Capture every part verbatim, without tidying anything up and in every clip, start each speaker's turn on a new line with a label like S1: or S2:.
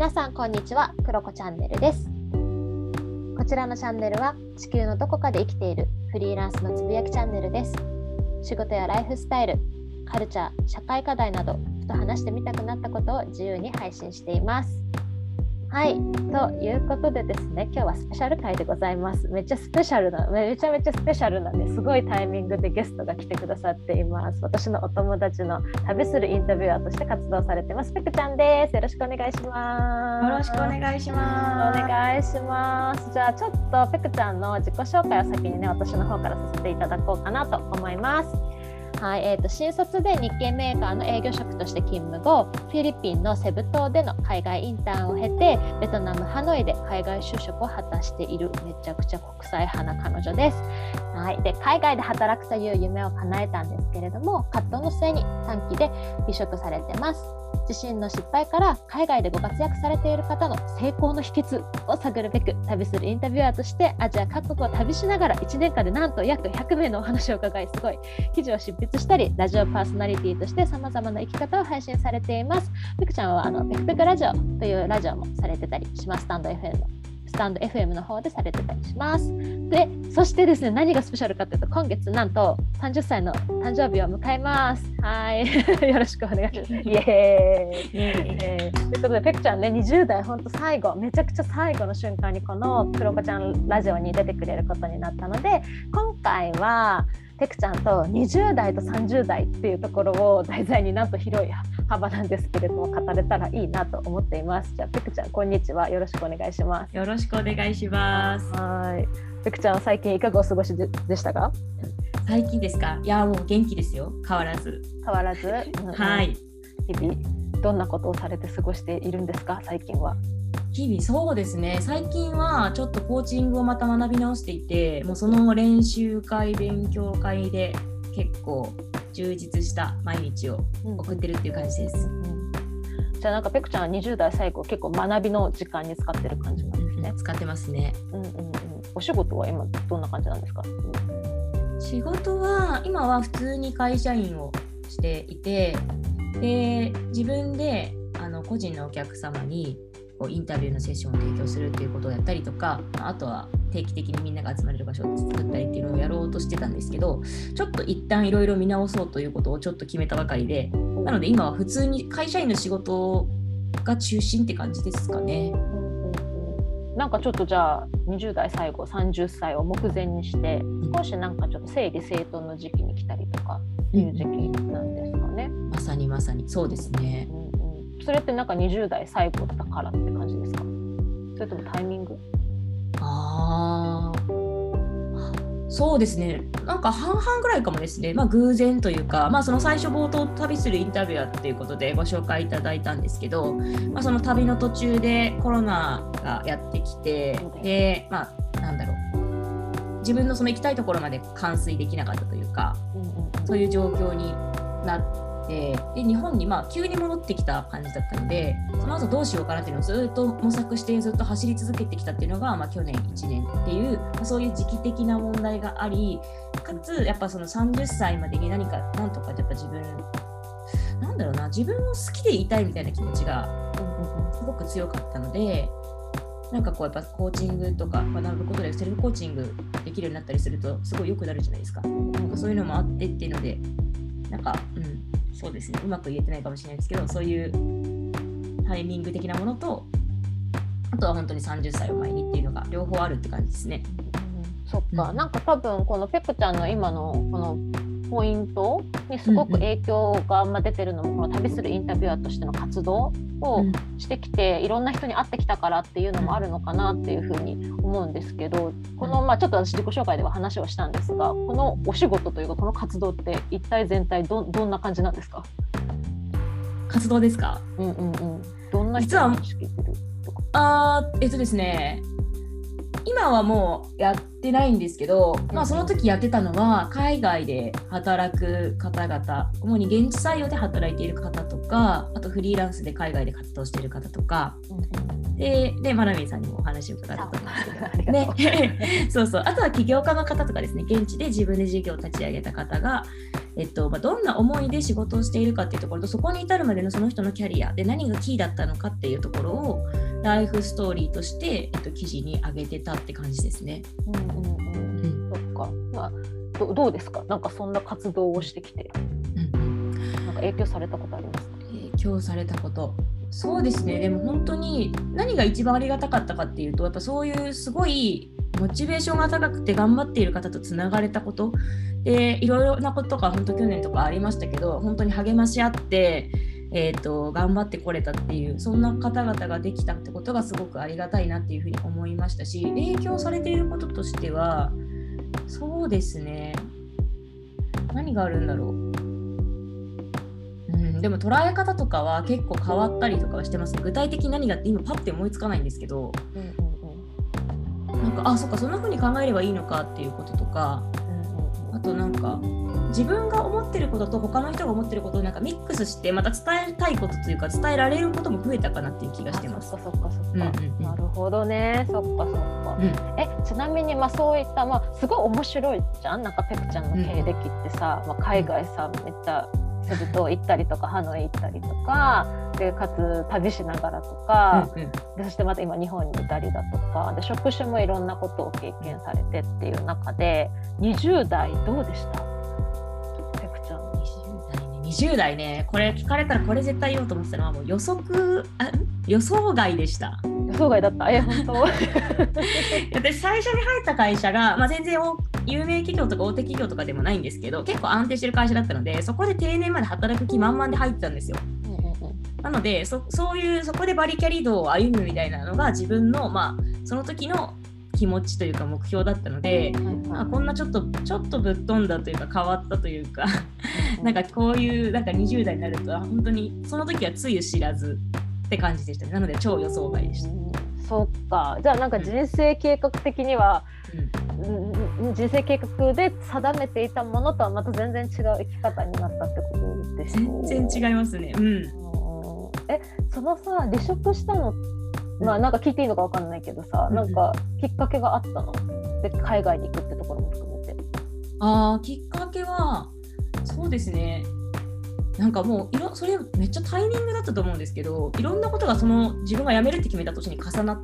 S1: 皆さんこんにちは、クロコチャンネルです。こちらのチャンネルは地球のどこかで生きているフリーランスのつぶやきチャンネルです。仕事やライフスタイル、カルチャー、社会課題などふと話してみたくなったことを自由に配信しています。はい、ということでですね、今日はスペシャル回でございます。めっちゃスペシャルな、めちゃめちゃスペシャルなね、すごいタイミングでゲストが来てくださっています。私のお友達の旅するインタビュアーとして活動されてますペクちゃんです。よろしくお願いします。
S2: よろしくお願いします。
S1: お願いします。じゃあちょっとペクちゃんの自己紹介を先にね、私の方からさせていただこうかなと思います。はい、えーと、新卒で日系メーカーの営業職として勤務後、フィリピンのセブ島での海外インターンを経て、ベトナムハノイで海外就職を果たしているめちゃくちゃ国際派な彼女です。はい、で海外で働くという夢を叶えたんですけれども、葛藤の末に短期で離職されてます。自身の失敗から海外でご活躍されている方の成功の秘訣を探るべく、旅するインタビュアーとしてアジア各国を旅しながらいちねんかんでなんと約ひゃくめいのお話を伺い、すごい記事を執筆したり、ラジオパーソナリティとしてさまざまな生き方を配信されています。ペクちゃんはあのペクペクラジオというラジオもされてたりします。スタンド エフエム のスタンド エフエム の方でされてたりします。で、そしてですね、何がスペシャルかというと、今月なんとさんじゅっさいの誕生日を迎えます。はい、よろしくお願いします。イエーイ、えー、ということでペクちゃんね、にじゅうだい本当最後、めちゃくちゃ最後の瞬間にこのクロコちゃんラジオに出てくれることになったので、今回はペクちゃんとにじゅうだいとさんじゅうだいっていうところを題材に、なんと広い幅なんですけれども語れたらいいなと思っています。じゃあペクちゃん、こんにちは、よろしくお願いします。
S2: よろしくお願いします。
S1: はい、ペクちゃん、最近いかがお過ごし で, でしたか？
S2: 最近ですか？いや、もう元気ですよ、変わらず
S1: 変わらず、うんうん、
S2: はい。
S1: 日々どんなことをされて過ごしているんですか？最近は。
S2: 日々そうですね、最近はちょっとコーチングをまた学び直していて、もうその練習会勉強会で結構充実した毎日を送ってるっていう感じです、うんうん、
S1: じゃあなんかペクちゃんはにじゅうだい最後結構学びの時間に使ってる感じなんですね、
S2: うん、使ってますね、うんうんうん、
S1: お仕事は今どんな感じなんですか？
S2: 仕事は今は普通に会社員をしていて、で自分であの個人のお客様にこうインタビューのセッションを提供するっていうことをやったりとか、あとは定期的にみんなが集まれる場所を作ったりっていうのをやろうとしてたんですけど、ちょっと一旦いろいろ見直そうということをちょっと決めたばかりで、なので今は普通に会社員の仕事が中心って感じですかね。
S1: なんかちょっとじゃあにじゅうだい最後さんじゅっさいを目前にして少しなんかちょっと整理整頓の時期に来たりとかっていう時期なんですかね、うん、
S2: まさにまさにそうですね、
S1: うんうん、それってなんかにじゅうだい最後だからって感じですか？それともタイミング？
S2: ああ、そうですね、なんか半々ぐらいかもですね。まあ偶然というか、まあその最初冒頭旅するインタビュアーっていうことでご紹介いただいたんですけど、まあその旅の途中でコロナがやってきて、で、まあなんだろう、自分のその行きたいところまで完遂できなかったというか、そういう状況になって、で日本にまあ急に戻ってきた感じだったので、その後どうしようかなっていうのをずっと模索してずっと走り続けてきたっていうのが、まあ、去年いちねんっていう、まあ、そういう時期的な問題があり、かつやっぱそのさんじゅっさいまでに何かなんとかやっぱ自分なんだろうな自分を好きでいたいみたいな気持ちがすごく強かったので、なんかこうやっぱコーチングとか学ぶことでセルフコーチングできるようになったりするとすごい良くなるじゃないですか。なんかそういうのもあってっていうので、なんかうんそうですね、うまく言えてないかもしれないですけど、そういうタイミング的なものと、あとは本当にさんじゅっさいを前にっていうのが両方あるって感じですね、
S1: うん、そっか、うん、なんか多分このペクちゃんの今のこのポイントにすごく影響が出てるのも、この旅するインタビュアーとしての活動をしてきて、いろんな人に会ってきたからっていうのもあるのかなっていうふうに思うんですけど、この、まあ、ちょっと私自己紹介では話をしたんですが、このお仕事というかこの活動って一体全体 ど, どんな感じなんですか？
S2: 活動ですか？
S1: うんうんうん。どんな人に仕切ってるとか？
S2: あーえっとですね今はもうやってないんですけど、まあ、その時やってたのは海外で働く方々、主に現地採用で働いている方とか、あとフリーランスで海外で活動している方とか、で, でマナミンさんにもお話を伺ったと思うんですけど、ね、そうそう、あとは起業家の方とかですね、現地で自分で事業を立ち上げた方が、えっとまあ、どんな思いで仕事をしているかっていうところと、そこに至るまでのその人のキャリアで何がキーだったのかっていうところをライフストーリーとして、えっと、記事に上げてたって感じですね。
S1: うんうんうん、そっか、まあ、ど, どうですか、なんかそんな活動をしてきて、うん、なんか影響されたことありますか？
S2: 影響されたこと、そうですね、でも本当に何が一番ありがたかったかっていうと、やっぱそういうすごいモチベーションが高くて頑張っている方とつながれたことで、いろいろなことが本当去年とかありましたけど、本当に励まし合って、えーと、頑張ってこれたっていう、そんな方々ができたってことがすごくありがたいなっていうふうに思いましたし、影響されていることとしては、そうですね、何があるんだろう、うん、でも捉え方とかは結構変わったりとかはしてますね。具体的に何がって今パッて思いつかないんですけど、うんうんうん、なんかあそっか、そんな風に考えればいいのかっていうこととか、うんうん、あとなんか自分が思ってることと他の人が思ってることをなんかミックスしてまた伝えたいことというか伝えられることも増えたかなっていう気がしてます。
S1: そっかそっかそっか、うんうんうん、なるほどね、そっかそっか、うん、えちなみにまあそういった、まあ、すごい面白いじゃん、なんかペクちゃんの経歴ってさ、うんまあ、海外さめっちゃすると行ったりとかハノイ行ったりとかで、かつ旅しながらとか、うんうん、でそしてまた今日本にいたりだとかで、職種もいろんなことを経験されてっていう中でにじゅう代どうでした？ペクちゃん
S2: にじゅう代ね、にじゅう代ね、これ聞かれたらこれ絶対言おうと思ってたのはもう予測あ予想外でした。
S1: 予想外だった。え本当
S2: 私最初に入った会社が、まあ、全然有名企業とか大手企業とかでもないんですけど、結構安定してる会社だったので、そこで定年まで働く気満々で入ってたんですよ。なので そ, そういうそこでバリキャリ道を歩むみたいなのが自分の、まあ、その時の気持ちというか目標だったので、まあ、こんなちょっとちょっとぶっ飛んだというか変わったというかなんかこういうなんかにじゅう代になると本当にその時はつゆ知らずって感じでしたね。なので超予想外でした。
S1: そっか、じゃあなんか人生計画的には、うん、人生計画で定めていたものとはまた全然違う生き方になったってことでしょう？
S2: 全然違いますね。うん、
S1: えそのさ離職したの、まあなんか聞いていいのか分かんないけどさ、うん、なんかきっかけがあったので海外に行くってところも含めて。
S2: あー、きっかけはそうですね、なんかもういろそれめっちゃタイミングだったと思うんですけど、いろんなことがその自分が辞めるって決めた年に重なって、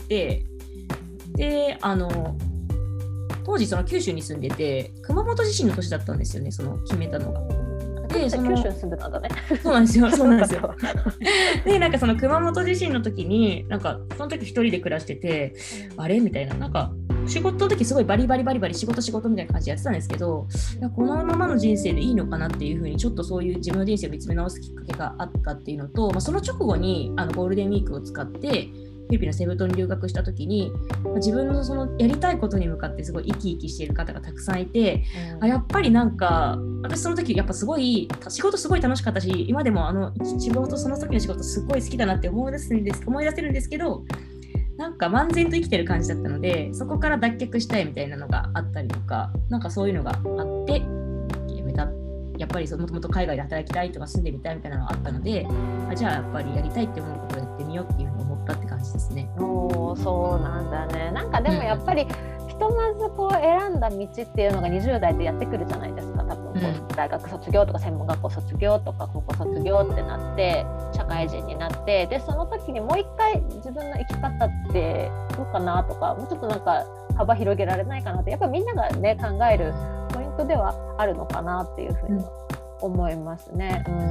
S2: であの当時その九州に住んでて熊本地震の年だったんですよね、その決めたのが。
S1: でその九州に住んでたんだね。
S2: そうなんですよ、そうなんですよ。でなんかその熊本地震の時になんかその時一人で暮らしてて、あれみたいな、なんか仕事の時すごいバリバリバリバリ仕事仕事みたいな感じでやってたんですけど、いやこのままの人生でいいのかなっていう風にちょっとそういう自分の人生を見つめ直すきっかけがあったっていうのと、まあ、その直後にあのゴールデンウィークを使ってフィリピンのセブ島に留学した時に、まあ、自分のそのやりたいことに向かってすごい生き生きしている方がたくさんいて、うん、あやっぱりなんか私その時やっぱすごい仕事すごい楽しかったし、今でもあの仕事その時の仕事すごい好きだなって思い出すんです思い出せるんですけど、なんか漫然と生きてる感じだったので、そこから脱却したいみたいなのがあったりとか、なんかそういうのがあってやめた。やっぱりもともと海外で働きたいとか住んでみたいみたいなのがあったので、あじゃあやっぱりやりたいって思うことをやってみようっていうふうに思ったって感じですね。
S1: おー、そうなんだね。なんかでもやっぱり、うん、ひとまずこう選んだ道っていうのがにじゅう代でやってくるじゃないですか。多分こう、うん、大学卒業とか専門学校卒業とか高校卒業ってなって社会人になって、でその時にもう一回自分の生き方ってどうかなとか、もうちょっとなんか幅広げられないかなって、やっぱみんながね考えるポイントではあるのかなっていうふうに思いますね。うん、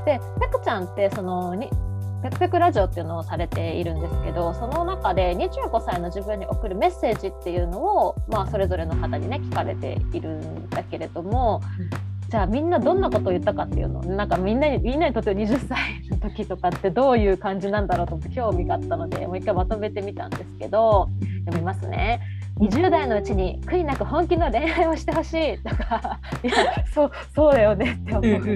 S1: でペクちゃんってそのにペクペクラジオっていうのをされているんですけど、その中でにじゅうごさいの自分に送るメッセージっていうのを、まあ、それぞれの方にね聞かれているんだけれども、うん、じゃあみんなどんなことを言ったかっていうのをなんかみんなにみんなにとってははたちの時とかってどういう感じなんだろうと思って興味があったので、もう一回まとめてみたんですけど、読みますね。 にじゅう代のうちに悔いなく本気の恋愛をしてほしいとかいや そう、そうだよねって思うし、うんうん、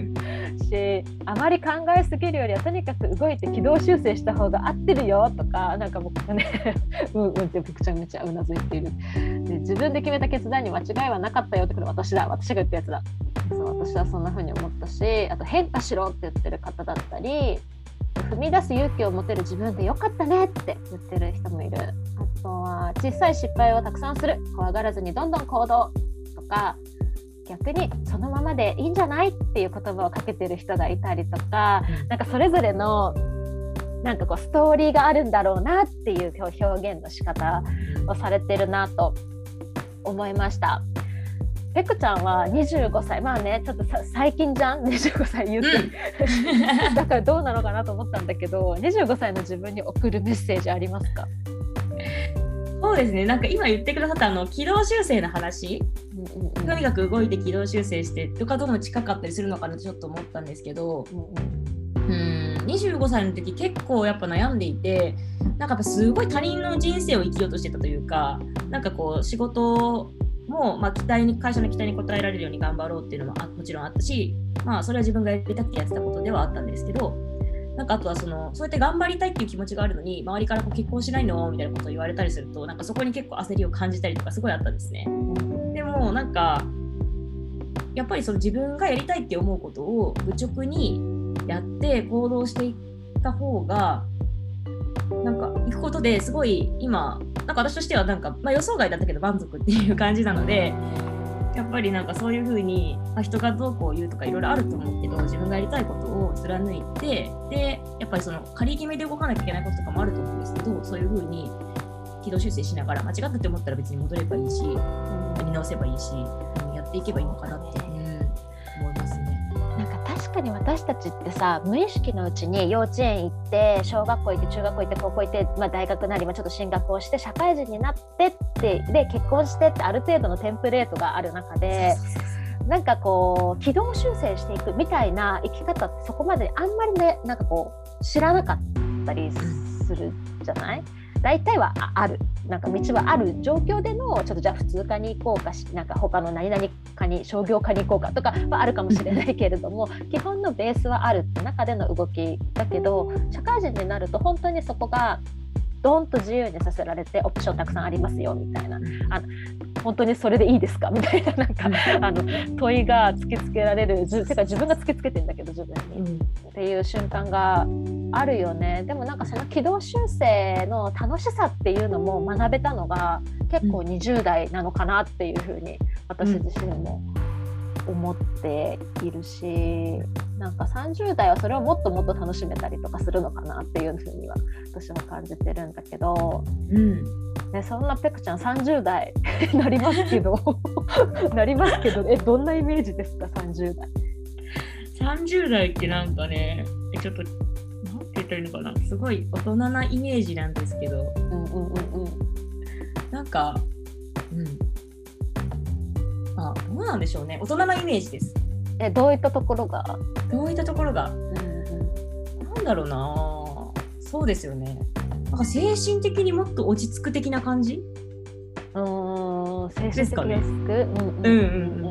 S1: あまり考えすぎるよりはとにかく動いて軌道修正した方が合ってるよとか、なんか僕ねうんうんってめちゃめちゃうなずいている。で自分で決めた決断に間違いはなかったよって、これ私だ私が言ったやつだ。そう私はそんな風に思ったし、あと変化しろって言ってる方だったり、踏み出す勇気を持てる自分でよかったねって言ってる人もいる。あとは小さい失敗をたくさんする、怖がらずにどんどん行動とか、逆にそのままでいいんじゃないっていう言葉をかけてる人がいたりとか、なんかそれぞれのなんかこうストーリーがあるんだろうなっていう表現の仕方をされてるなと思いました。ペクちゃんはにじゅうごさい、まあねちょっとさ最近じゃんにじゅうごさい言って、うん、だからどうなのかなと思ったんだけど、にじゅうごさいの自分に送るメッセージありますか？
S2: そうですね、なんか今言ってくださったあの軌道修正の話、うんうんうん、とにかく動いて軌道修正してとかどの近かったりするのかなとちょっと思ったんですけど、うんうん、うんにじゅうごさいの時結構やっぱ悩んでいて、なんかやっぱすごい他人の人生を生きようとしてたというか、なんかこう仕事も、まあ、期待に会社の期待に応えられるように頑張ろうっていうのもあもちろんあったし、まあ、それは自分がやりたくてやってたことではあったんですけど、なんかあとはそのそうやって頑張りたいっていう気持ちがあるのに周りからこう結婚しないのみたいなことを言われたりすると、なんかそこに結構焦りを感じたりとかすごいあったんですね。でもなんかやっぱりその自分がやりたいって思うことを愚直にやって行動していった方がなんか行くことですごい今なんか私としてはなんか、まあ、予想外だったけど満足っていう感じなので、やっぱりなんかそういう風に、まあ、人がどうこう言うとかいろいろあると思うけど、自分がやりたいことを貫いて、でやっぱりその仮決めで動かなきゃいけないこととかもあると思うんですけど、そういう風に軌道修正しながら間違ったって思ったら別に戻ればいいし、見直せばいいし、やっていけばいいのかなって、うん、思いますね。
S1: なんか確かに私たちってさ、無意識のうちに幼稚園行って小学校行って中学校行って高校行って、まあ、大学なり、まあ、ちょっと進学をして社会人になってってで結婚してってある程度のテンプレートがある中で、なんかこう軌道修正していくみたいな生き方ってそこまであんまりねなんかこう知らなかったりするじゃない？大体はあるなんか道はある状況でのちょっとじゃあ普通科に行こうかし、なんか他の何々科に商業科に行こうかとかはあるかもしれないけれども基本のベースはあるって中での動きだけど、社会人になると本当にそこがドーンと自由にさせられてオプションたくさんありますよみたいな、あの本当にそれでいいですかみたいな、なんかあの問いが突きつけられる、てか自分が突きつけてんだけど自分に、うん、っていう瞬間があるよね。でもなんかその軌道修正の楽しさっていうのも学べたのが結構にじゅう代なのかなっていうふうに私自身も思っているし、なんかさんじゅう代はそれをもっともっと楽しめたりとかするのかなっていうふうには私は感じてるんだけど、うんね、そんなペクちゃんさんじゅう代になりますけどなりますけどえどんなイメージですか？さんじゅう代
S2: さんじゅう代ってなんかねちょっとなんて言ったらいいのかな、すごい大人なイメージなんですけど、うんうんうんうん、なんかうんあどうなんでしょうね、大人なイメージです。
S1: えどういったところが
S2: どういったところが、うんうん、なんだろうな、そうですよね、なんか精神的にもっと落ち着く的な感じ、
S1: うーん精神的に落ち着く、ね、うんうんうんうん、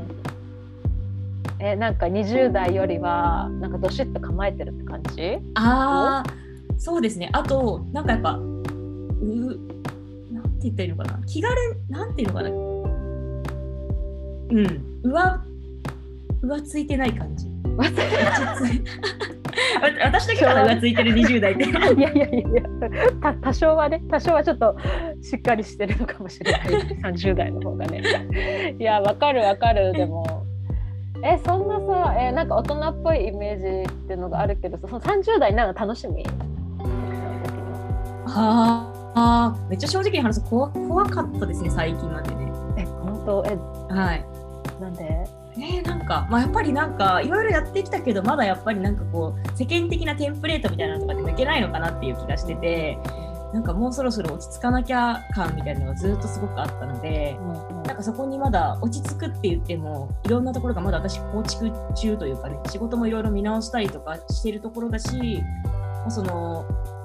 S1: えなんかにじゅう代よりはなんかどしっと構えてるって感じ？
S2: ああそうですね。あとなんかやっぱうなんて言ったらいいのかな、気軽なんていうのかな、うん上上ついてない感じ私だけから上ついてるにじゅう代っていや
S1: いやいやいやた多少はね多少はちょっとしっかりしてるのかもしれないさんじゅう代の方がねいやわかるわかる。でもえそんなさえなんか大人っぽいイメージっていうのがあるけどそのさんじゅう代になるの楽しみ？
S2: ああめっちゃ正直に話すと 怖, 怖かったですね最近までね。
S1: え本当えはいなんで？
S2: えー、なんか、まあ、やっぱりなんかいろいろやってきたけどまだやっぱりなんかこう世間的なテンプレートみたいなのとかで抜けないのかなっていう気がしてて、なんかもうそろそろ落ち着かなきゃ感みたいなのがずっとすごくあったので、うんうん、なんかそこにまだ落ち着くって言ってもいろんなところがまだ私構築中というかね、仕事もいろいろ見直したりとかしているところだし、その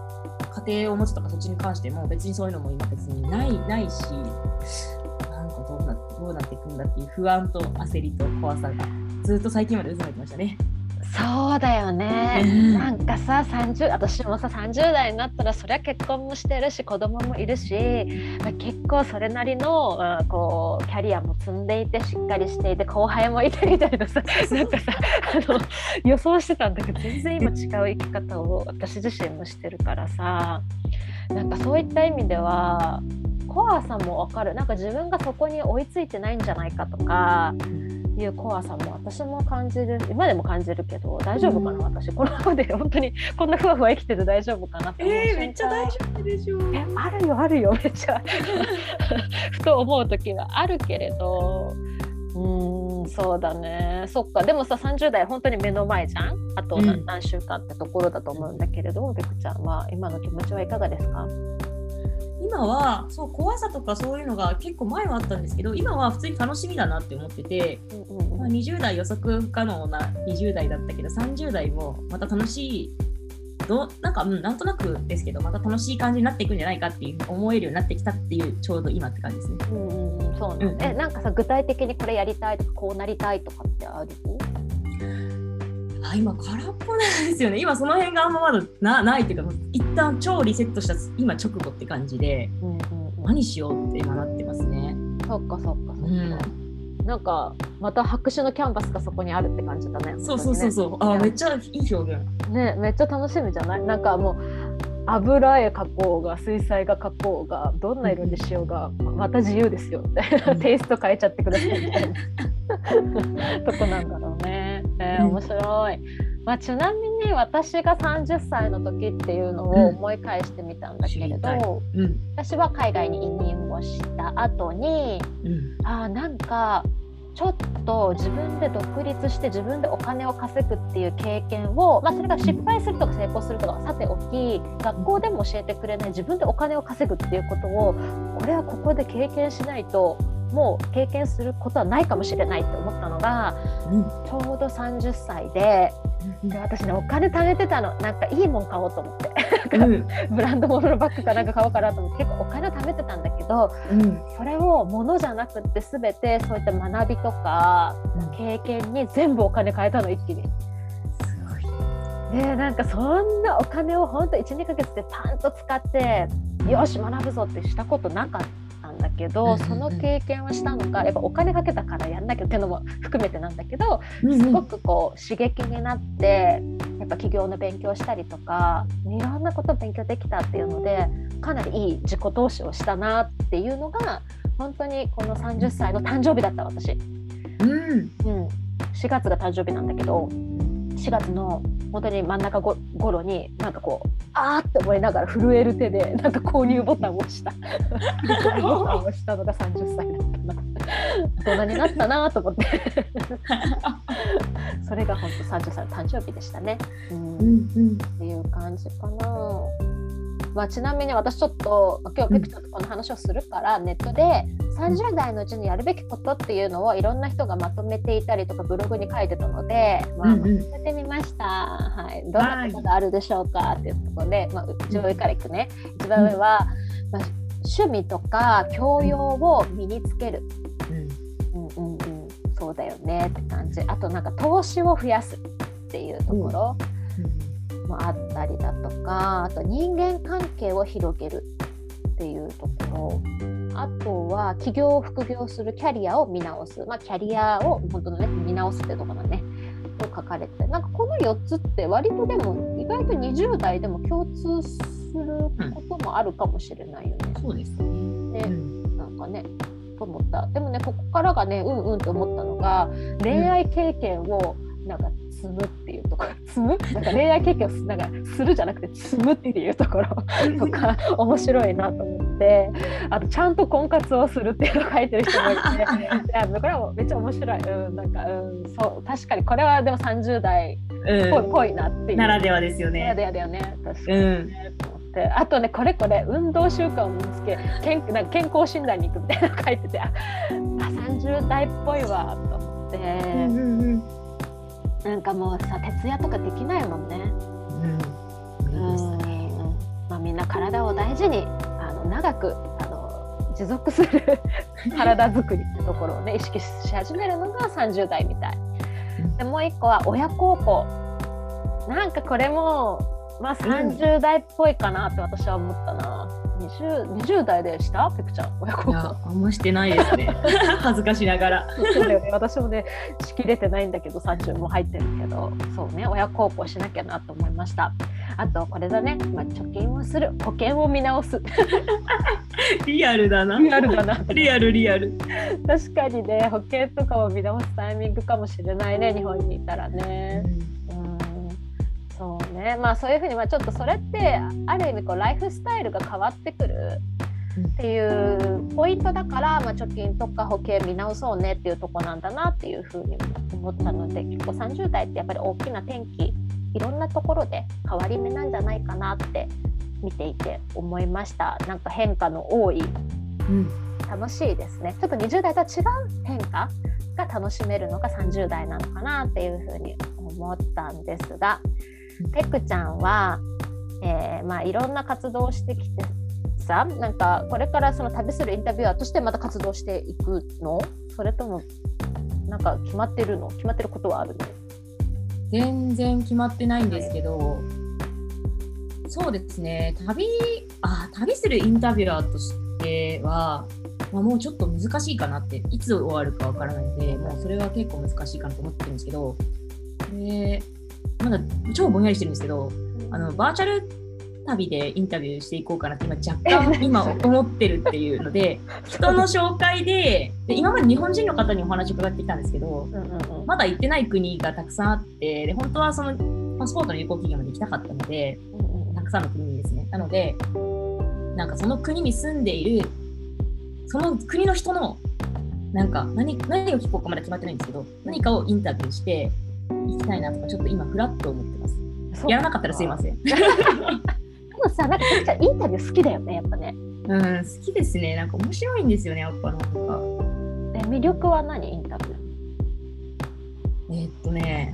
S2: 家庭を持つとかそっちに関しても別にそういうのも今別にないないし、なんかどうなってどうなっていくんだっていう不安と焦りと怖さがずっと最近まで渦巻いてましたね。
S1: そうだよね、うん、なんかささんじゅう私もささんじゅう代になったらそりゃ結婚もしてるし子供もいるし、まあ、結構それなりの、うん、こうキャリアも積んでいてしっかりしていて後輩もいてみたいなさなんかさあの予想してたんだけど全然今違う生き方を私自身もしてるからさ、なんかそういった意味では怖さも分かる。なんか自分がそこに追いついてないんじゃないかとかいう怖さも私も感じる、今でも感じるけど大丈夫かな、うん、私このままで本当にこんなふわふわ生きてて大丈夫かなって思う。
S2: えー、めっちゃ大丈夫でしょう。
S1: えあるよあるよめっちゃふと思う時はあるけれど、うーんそうだね、そっか。でもささんじゅう代本当に目の前じゃん。あと何,、うん、何週間ってところだと思うんだけれど、べくちゃんは今の気持ちはいかがですか？
S2: 今はそう怖さとかそういうのが結構前はあったんですけど、今は普通に楽しみだなって思ってて、うんうんうん、まあ、にじゅう代予測不可能なにじゅう代だったけどさんじゅう代もまた楽しいどなんか、うん、なんとなくですけどまた楽しい感じになっていくんじゃないかっていう思えるようになってきたっていうちょうど今って感じですね。
S1: うんうん、そうね、うん、えなんかさ具体的にこれやりたいとかこうなりたいとかってある？
S2: あ今空っぽなんですよね。今その辺があんままだ な, ないっていうか一旦超リセットした今直後って感じで、うんうんうん、何しようって今なってますね。
S1: そっかそっかそっか、うん、なんかまた白紙のキャンバスがそこにあるって感じだね。
S2: そうそうそうそう、あめっちゃいい表現
S1: ね、めっちゃ楽しみじゃない？なんかもう油絵描こうが水彩画描こうがどんな色にしようが、うん、また自由ですよみたいな、うん、テイスト変えちゃってくださいみたいなとこなんだろうね。えー、面白い、まあ、ちなみに私がさんじゅっさいの時っていうのを思い返してみたんだけれど、うん、私は海外に移民をした後に、うん、あなんかちょっと自分で独立して自分でお金を稼ぐっていう経験を、まあ、それが失敗するとか成功するとかさておき、学校でも教えてくれない自分でお金を稼ぐっていうことをこれはここで経験しないともう経験することはないかもしれないって思ったのが、うん、ちょうどさんじゅっさい で, で私ねお金貯めてたの。なんかいいもん買おうと思ってうん、ブランド物のバッグかなんか買おうかなと思って結構お金を貯めてたんだけど、うん、それを物じゃなくって全てそういった学びとか経験に全部お金変えたの一気に。でなんかそんなお金をほんと いち,に ヶ月でパンと使ってよし学ぶぞってしたことなかったんだけど、その経験をしたのかやっぱお金かけたからやんなきゃっていうのも含めてなんだけど、すごくこう刺激になってやっぱ企業の勉強したりとかいろんなことを勉強できたっていうのでかなりいい自己投資をしたなっていうのが本当にこのさんじゅっさいの誕生日だった私、うんうん、しがつが誕生日なんだけどしがつの本当に真ん中ご頃になんかこうあーって思いながら震える手でなんか購入ボタンを押した購入ボタンを押したのがさんじゅっさいだったな大人になったなと思ってそれが本当さんじゅっさいの誕生日でしたね、うんうんうん、っていう感じかな。まあ、ちなみに私ちょっと今日ペクちゃんとこの話をするから、うん、ネットでさんじゅう代のうちにやるべきことっていうのをいろんな人がまとめていたりとかブログに書いてたので、まあ、まとめてみました、はい、どんなことがあるでしょうかっていうところで、まあ、一番上からいくね。一番上は、まあ、趣味とか教養を身につける、うんうんうんうん、そうだよねって感じ。あとなんか投資を増やすっていうところ、うん、もあったりだとか、あと人間関係を広げるっていうところ、あとは起業副業するキャリアを見直す、まあ、キャリアを本当のね見直すっていうところだねと書かれて、なんかこのよっつって割とでも意外とにじゅう代でも共通することもあるかもしれないよね、
S2: うん、そうですね、
S1: で、うん、なんかねと思った。でもねここからがねうんうんと思ったのが恋愛経験をなんか積むっていうところ、積むなんか恋愛経験をなんかするじゃなくて積むっていうところとか面白いなと思って、あとちゃんと婚活をするっていうのを書いてる人もいていやこれはもうめっちゃ面白い、うん、なんか、うん、そう確かにこれはでもさんじゅう代っぽい、うん、ぽいなっていう
S2: ならではですよね。
S1: ならではだよね確かにね、うん、あとねこれこれ運動習慣を身につけ健なんか健康診断に行くみたいなの書いてて、あさんじゅう代っぽいわと思って、うんうんうん、なんかもうさ徹夜とかできないもんね、うんうん、まあ、身みんな体を大事にあの長くあの持続する体づくりってところをね意識し始めるのがさんじゅう代みたいで、もう一個は親孝行。なんかこれもまあさんじゅう代っぽいかなって私は思ったな。にじゅう, にじゅう代でしたペクちゃん親孝行。
S2: いやあんましてないですね恥ずかしながら。
S1: そうだよね、私もねしきれてないんだけどさんじゅうも入ってるけど、そうね親孝行しなきゃなと思いました。あとこれだね、まあ、貯金をする、保険を見直す
S2: リアルだな。
S1: リアルだな
S2: リアルリアル。
S1: 確かにね、保険とかを見直すタイミングかもしれないね、日本にいたらね。うん、そうね、まあそういうふうに、まあ、ちょっとそれってある意味こうライフスタイルが変わってくるっていうポイントだから、まあ、貯金とか保険見直そうねっていうとこなんだなっていうふうに思ったので、結構さんじゅう代ってやっぱり大きな転機、いろんなところで変わり目なんじゃないかなって見ていて思いました。なんか変化の多い、うん、楽しいですね。ちょっとにじゅう代とは違う変化が楽しめるのがさんじゅう代なのかなっていうふうに思ったんですが、ペクちゃんは、えーまあ、いろんな活動をしてきてさ、なんかこれからその旅するインタビュアーとしてまた活動していくの？それともなんか決まってるの？決まってることはあるの？
S2: 全然決まってないんですけど、はい、そうですね、旅、あ、旅するインタビュアーとしては、まあ、もうちょっと難しいかなって、いつ終わるかわからないので、もうそれは結構難しいかなと思ってるんですけど、でまだ超ぼんやりしてるんですけど、あのバーチャル旅でインタビューしていこうかなって今若干今思ってるっていうので人の紹介 で, で今まで日本人の方にお話を伺ってきたんですけど、うんうんうん、まだ行ってない国がたくさんあって、で本当はそのパスポートの有効期限まで行きたかったので、うんうん、たくさんの国にですね、なのでなんかその国に住んでいるその国の人のなんか 何, 何を聞こうかまだ決まってないんですけど、何かをインタビューして行きたいなとかちょっと今フラッと思ってます。やらなかったらすいません。で
S1: もさ、なんかペクちゃんインタビュー好きだよね、やっぱね。
S2: うん、好きですね。なんか面白いんですよね、やっぱなんか。
S1: え、魅力は何、インタビュー？
S2: えー、っとね、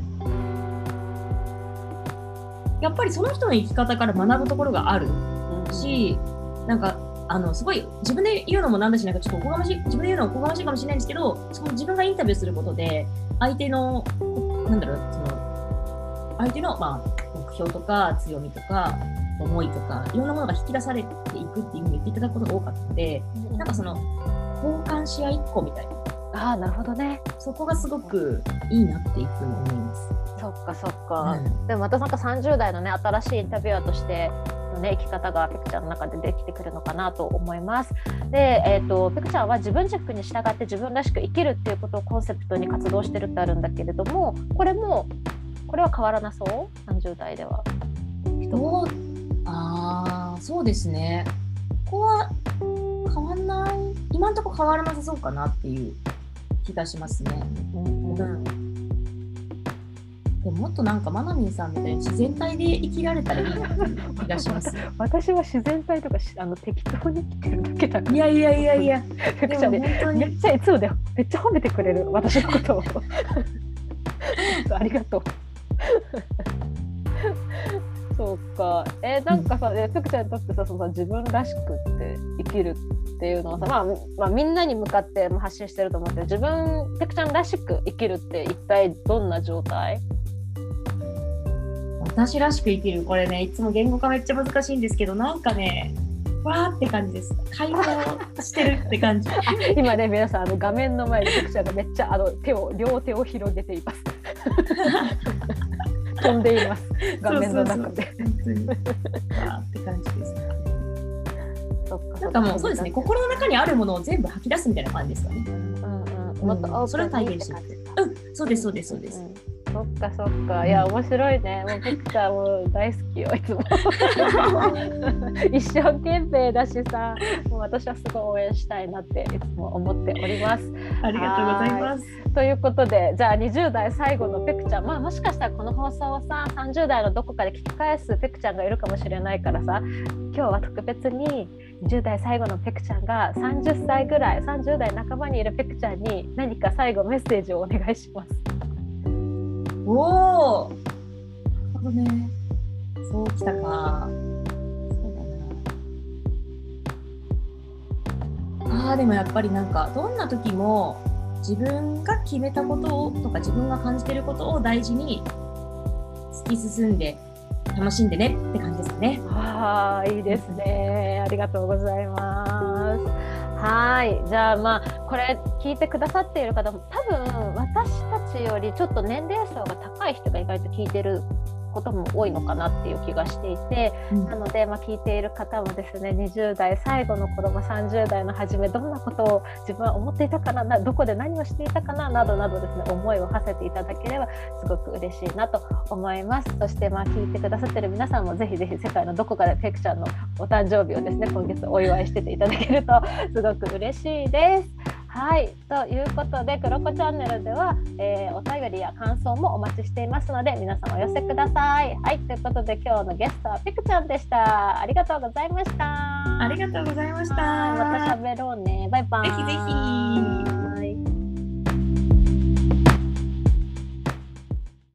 S2: やっぱりその人の生き方から学ぶところがあるし、うん、なんかあのすごい自分で言うのもなんだし、なんかちょっとおこがましい、自分で言うのもおこがましいかもしれないんですけど、その自分がインタビューすることで相手のなんだろう、その相手のまあ目標とか強みとか思いとかいろんなものが引き出されていくっていうふうに言っていただくことが多かったので、うん、なんかその交換し合いっ子みたいな。
S1: ああ、なるほどね。
S2: そこがすごくいいなっていうふうに思います。
S1: そっかそっか、うん、でもまたなんかさんじゅう代のね新しいインタビュアーとしてのね生き方がペクちゃんの中でできてくるのかなと思います。で、えーと、ペクちゃんは自分軸に従って自分らしく生きるっていうことをコンセプトに活動してるってあるんだけれども、これもこれは変わらなそう？さんじゅう代では。
S2: どうあーそうですね、ここは変わんない、今のところ変わらなさそうかなっていう気がしますね。うん、うん、でももっとなんかマナミンさんみたいに自然体で生きられたらいいなっていう気がします。
S1: 私は自然体とかあの適当に生きてるだけだから。
S2: いやいやいやいや
S1: ペクちゃんね、めっちゃいつもでめっちゃ褒めてくれる私のことをありがとうそうか、えー、なんかさ、ペクちゃんにとってさ、その自分らしくって生きるっていうのはさ、まあまあ、みんなに向かって発信してると思うけど、自分ペクちゃんらしく生きるって一体どんな状態？
S2: 私らしく生きる、これねいつも言語化めっちゃ難しいんですけど、なんかねわーって感じです。解放してるって感じ
S1: 今ね皆さんあの画面の前でペクちゃんがめっちゃあの手を両手を広げています飛んでいます画面の中で。
S2: そうそうそう、本当にわーって感じです。そっか、なんかもうそうですね、心の中にあるものを全部吐き出すみたいな感じですかね。うんうん、もっと、うん、それを体現してる。うん、そうですそうですそうです。うん、
S1: そっかそっか、いや面白いね。もうペクちゃんも大好きよいつも一生懸命だしさ、もう私はすごい応援したいなっていつも思っております。
S2: ありがとうございます。
S1: ということで、じゃあにじゅう代最後のペクちゃん、まあもしかしたらこの放送をささんじゅう代のどこかで聞き返すペクちゃんがいるかもしれないからさ、今日は特別ににじゅう代最後のペクちゃんがさんじゅっさいぐらいさんじゅう代半ばにいるペクちゃんに何か最後メッセージをお願いします。
S2: おー、なるほどね。そうきたか。そうだな。 あーでもやっぱりなんかどんな時も自分が決めたことをとか自分が感じてることを大事に突き進んで楽しんでねって感じですかね。
S1: ああ、いいですね。ありがとうございます。はい、じゃあまあこれ聞いてくださっている方も多分私たちよりちょっと年齢層が高い人が意外と聞いてることも多いのかなっていう気がしていて、うん、なので、まあ、聞いている方もですね、にじゅう代最後の頃、まあ、さんじゅう代の初めどんなことを自分は思っていたかな、どこで何をしていたかななどなどですね、思いを馳せていただければすごく嬉しいなと思います。そしてまあ聞いてくださっている皆さんもぜひぜひ世界のどこかでペクちゃんのお誕生日をですね、今月お祝いしてていただけるとすごく嬉しいです。はい、ということでクロコチャンネルでは、えー、お便りや感想もお待ちしていますので皆さんお寄せください。はい、ということで今日のゲストはペクちゃんでした。ありがとうございました。
S2: ありがとうございました。
S1: また喋ろうね。バイバイ。
S2: ぜひぜひ。